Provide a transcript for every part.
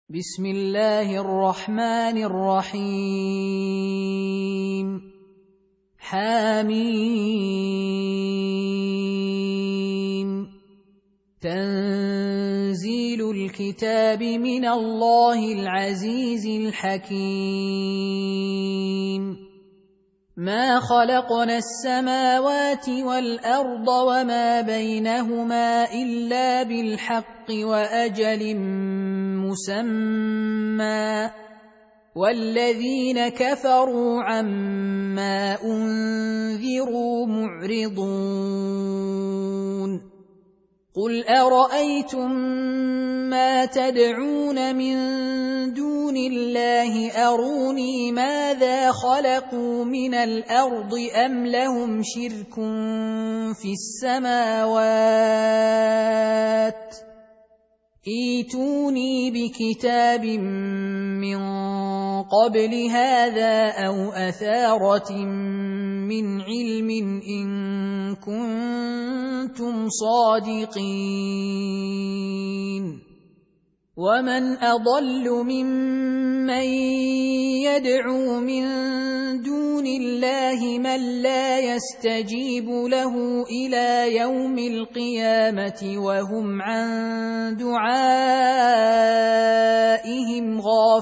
بسم الله الرحمن الرحيم حميم تنزيل الكتاب من الله العزيز الحكيم ما خلقنا السماوات والأرض وما بينهما إلا بالحق وأجل مسمى والذين كفروا عما أنذروا معرضون قل أرأيتم ما تدعون من دون الله أروني ماذا خلقوا من الأرض أم لهم شرك في السماوات ائتوني بكتاب من قبل هذا أو أثارة من علم إن كنتم صادقين ومن أضل ممن يدعو من دون الله من لا يستجيب له إلى يوم القيامة وهم عن دعائهم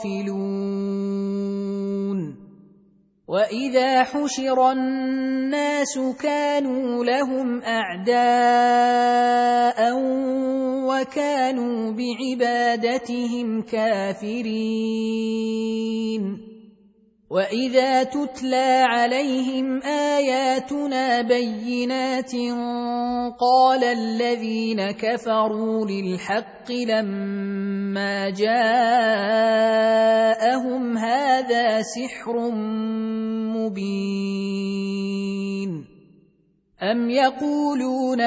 غافلون وإذا حشر الناس كانوا لهم أعداء وكانوا بعبادتهم كافرين وإذا تتلى عليهم آياتنا بينات قال الذين كفروا للحق لما جاءهم هذا سحر مبين أم يقولون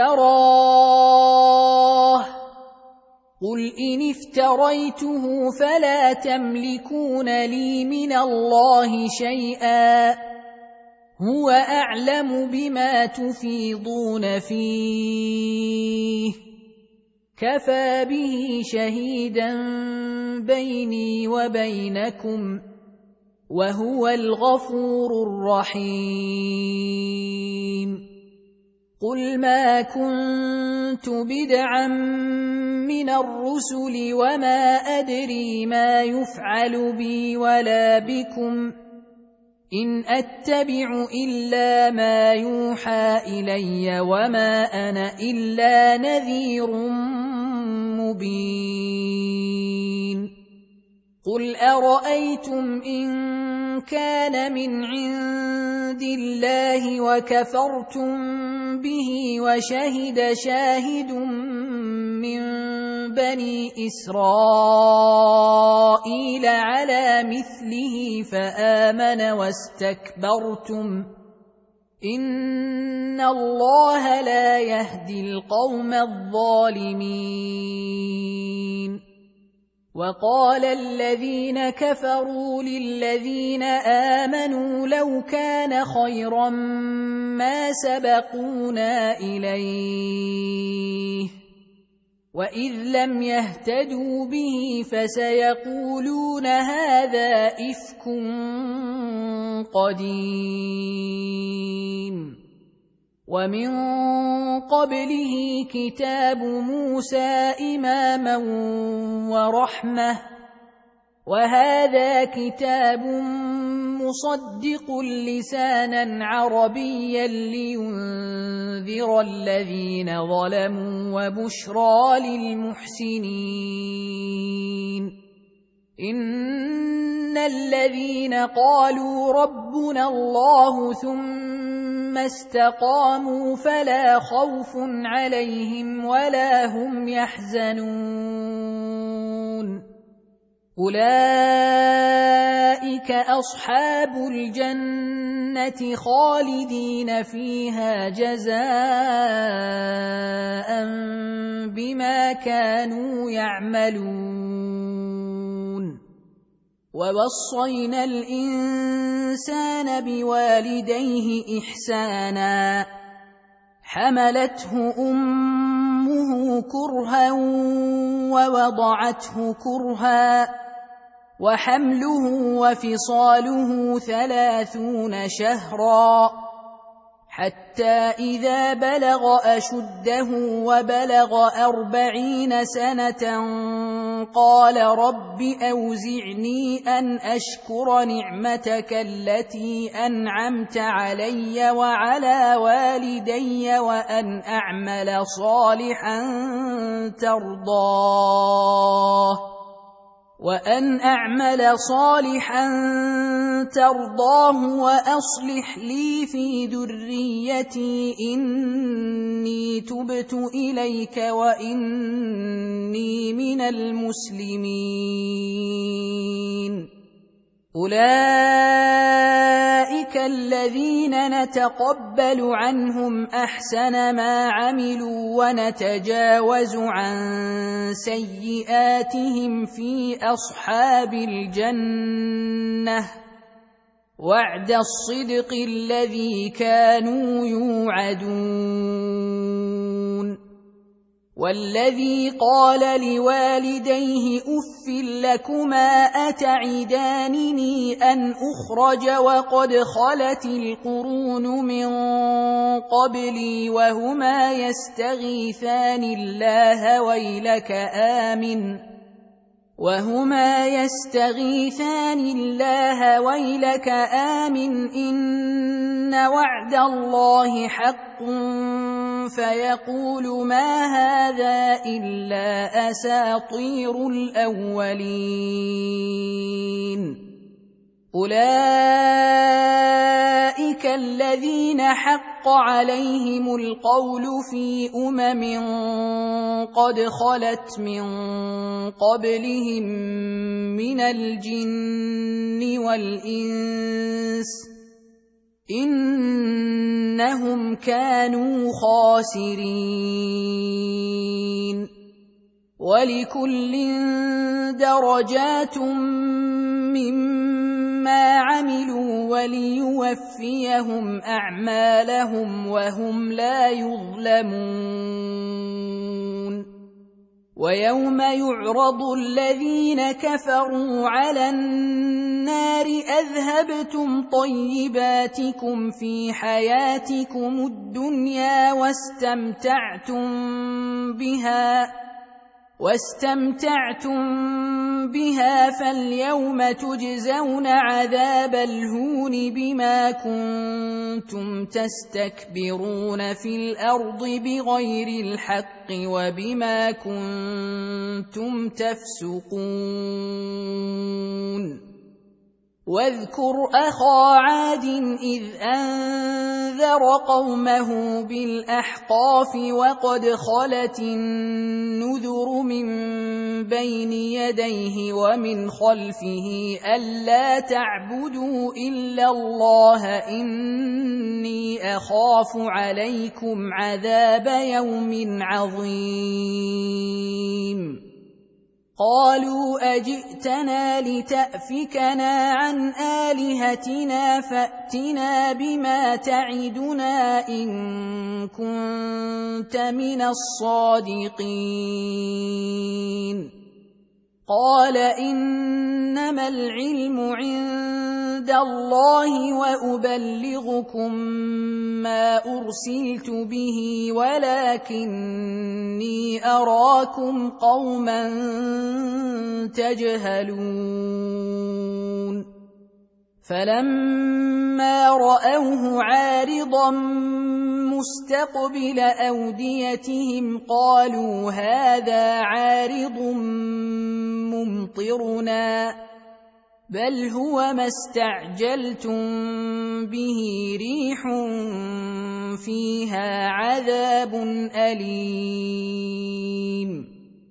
افتراه قل إن افتريته فلا تملكون لي من الله شيئا هو أعلم بما تفيضون فيه كفى به شهيدا بيني وبينكم وهو الغفور الرحيم قل ما كنت بدعا من الرسل وما أدري ما يفعل بي ولا بكم إن أتبع إلا ما يوحى إلي وما أنا إلا نذير مبين قل أرأيتم إن كان من عند الله وكفرتم به وشهد شاهد من بني إسرائيل على مثله فآمن واستكبرتم إن الله لا يهدي القوم الظالمين وقال الذين كفروا للذين آمنوا لو كان خيرا ما سبقونا إليه وإذ لم يهتدوا به فسيقولون هذا إفك قديم ومن قبله كتاب موسى إماما ورحمة وهذا كتاب مصدق لسانا عربيا لينذر الذين ظلموا وبشرى للمحسنين إن الذين قالوا ربنا الله ثم استقاموا فلا خوف عليهم ولا هم يحزنون أولئك أصحاب الجنة خالدين فيها جزاء بما كانوا يعملون ووصينا الإنسان بوالديه إحسانا حملته أمه كرها ووضعته كرها وحمله وفصاله 30 شهرا حتى إذا بلغ أشده وبلغ 40 سنة قال رب أوزعني أن أشكر نعمتك التي أنعمت علي وعلى والدي وأن أعمل صالحا ترضاه وأصلح لي في ذريتي إني تبت إليك وإني من المسلمين. أولئك الذين نتقبل عنهم أحسن ما عملوا ونتجاوز عن سيئاتهم في أصحاب الجنة وعد الصدق الذي كانوا يوعدون. والذي قال لوالديه أف لكما أتعدانني أن أخرج وقد خلت القرون من قبلي وهما يستغيثان الله ويلك آمن إن وعد الله حق فيقول ما هذا إلا أساطير الأولين. أولئك الذين حق عليهم القول في قد خلت من قبلهم من الجن والإنس إنهم كانوا خاسرين. ولكل درجات مما عملوا وليوفيهم أعمالهم وهم لا يظلمون. ويوم يعرض الذين كفروا على النار أذهبتم طيباتكم في حياتكم الدنيا واستمتعتم بها فاليوم تجزون عذاب الهون بما كنتم تستكبرون في الأرض بغير الحق وبما كنتم تفسقون. واذكر أخا عاد إذ أنذر قومه بالأحقاف وقد خلت النذر من بين يديه ومن خلفه ألا تعبدوا إلا الله إني أخاف عليكم عذاب يوم عظيم. قالوا أجئتنا لتأفكنا عن آلهتنا فأتنا بما تعدنا إن كنت من الصادقين. قال إنما العلم عند الله وأبلغكم ما أرسلت به ولكني أراكم قوما تجهلون. فلما رأوه عارضا مستقبل أوديتهم قالوا هذا عارض ممطرنا بل هو ما استعجلتم به ريح فيها عذاب أليم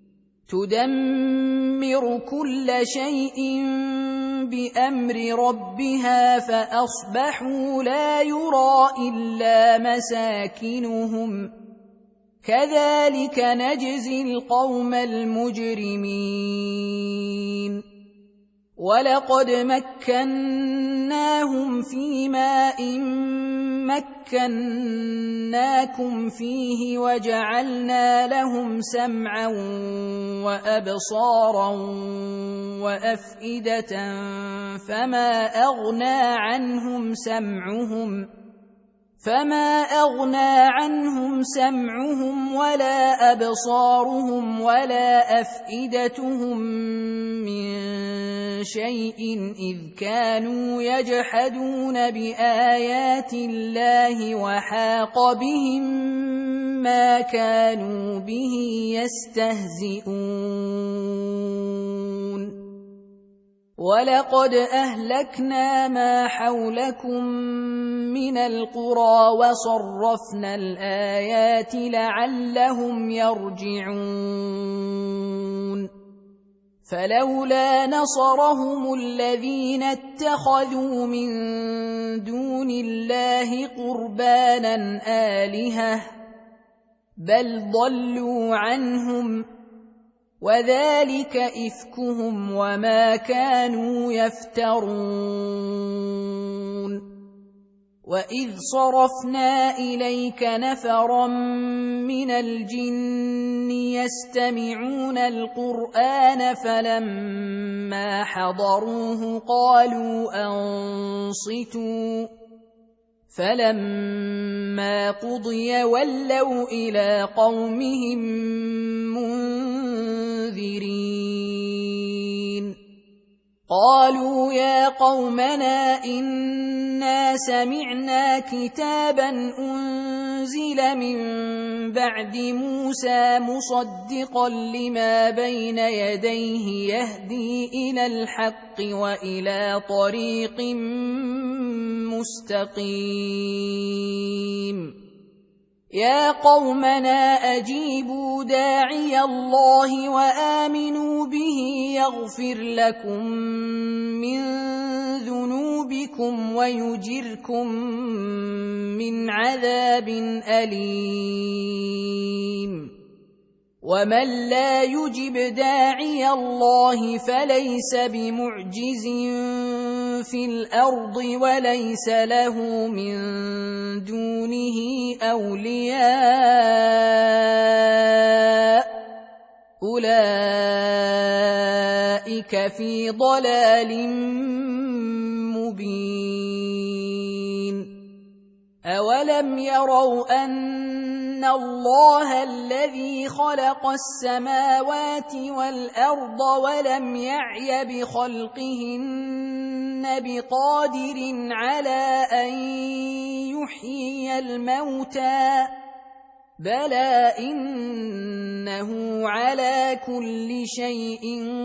تدمر كل شيء بأمر ربها فأصبحوا لا يرى إلا مساكنهم كذلك نجزي القوم المجرمين. ولقد مكناهم في ماء مكناكم فيه وجعلنا لهم سمعا وأبصارا وأفئدة فما أغنى عنهم سمعهم ولا أبصارهم ولا أفئدتهم من شيء إذ كانوا يجحدون بآيات الله وحاق بهم ما كانوا به يستهزئون ولقد أهلكنا ما حولكم من القرى وصرفنا الآيات لعلهم يرجعون فلولا نصرهم الذين اتخذوا من دون الله قربانا آلهة بل ضلوا عنهم وذلك إفكهم وما كانوا يفترون وإذ صرفنا إليك نفرا من الجن يستمعون القرآن فلما حضروه قالوا أنصتوا فلما قضي ولوا إلى قومهم منذرين قالوا يا قومنا إنا سمعنا كتابا أنزل من بعد موسى مصدقا لما بين يديه يهدي إلى الحق وإلى طريق مستقيم يا قومنا أجيبوا داعي الله وآمنوا به يغفر لكم من ذنوبكم ويجركم من عذاب أليم ومن لا يجب داعي الله فليس بمعجز في الأرض وليس له من دونه أولياء أولئك في ضلال مبين أولم يروا أن الله الذي خلق السماوات والأرض ولم يعي بخلقهن بقادر على أن يحيي الموتى بلى إنه على كل شيء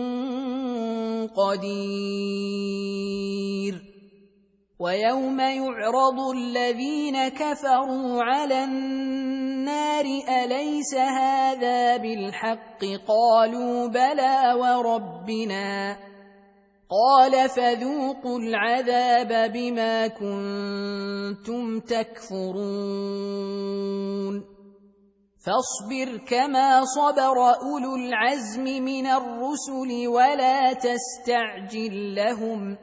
قدير ويوم يعرض الذين كفروا على النار أليس هذا بالحق قالوا بلى وربنا قال فذوقوا العذاب بما كنتم تكفرون فاصبر كما صبر أولو العزم من الرسل ولا تستعجل لهم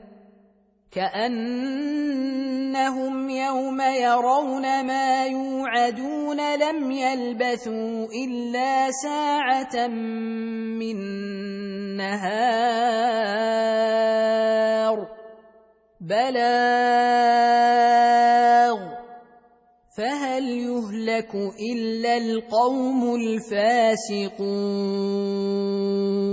كأنهم يوم يرون ما يوعدون لم يلبثوا إلا ساعة من نهار بلاغ فهل يهلك إلا القوم الفاسقون